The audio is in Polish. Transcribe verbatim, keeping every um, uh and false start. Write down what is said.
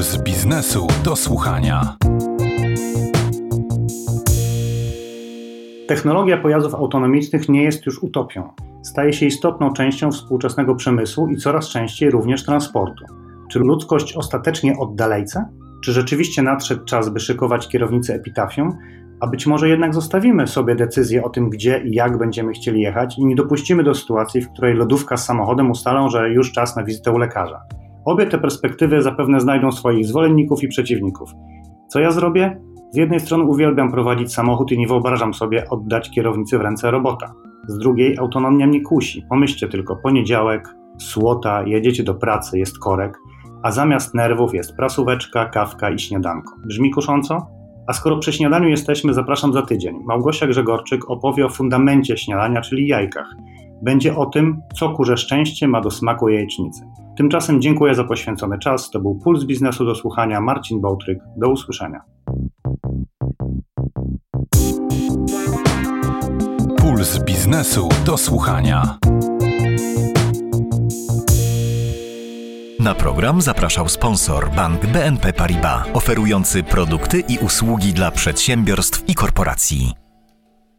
Puls biznesu do słuchania. Technologia pojazdów autonomicznych nie jest już utopią. Staje się istotną częścią współczesnego przemysłu i coraz częściej również transportu. Czy ludzkość ostatecznie oddalejce? Czy rzeczywiście nadszedł czas, by szykować kierownicę epitafium? A być może jednak zostawimy sobie decyzję o tym, gdzie i jak będziemy chcieli jechać i nie dopuścimy do sytuacji, w której lodówka z samochodem ustalą, że już czas na wizytę u lekarza. Obie te perspektywy zapewne znajdą swoich zwolenników i przeciwników. Co ja zrobię? Z jednej strony uwielbiam prowadzić samochód i nie wyobrażam sobie oddać kierownicy w ręce robota. Z drugiej autonomia mnie kusi. Pomyślcie tylko, poniedziałek, słota, jedziecie do pracy, jest korek, a zamiast nerwów jest prasóweczka, kawka i śniadanko. Brzmi kusząco? A skoro przy śniadaniu jesteśmy, zapraszam za tydzień. Małgosia Grzegorczyk opowie o fundamencie śniadania, czyli jajkach. Będzie o tym, co kurze szczęście ma do smaku jajecznicy. Tymczasem dziękuję za poświęcony czas. To był Puls Biznesu do słuchania. Marcin Bołtryk. Do usłyszenia. Puls biznesu do słuchania. Na program zapraszał sponsor Bank B N P Paribas, oferujący produkty i usługi dla przedsiębiorstw i korporacji.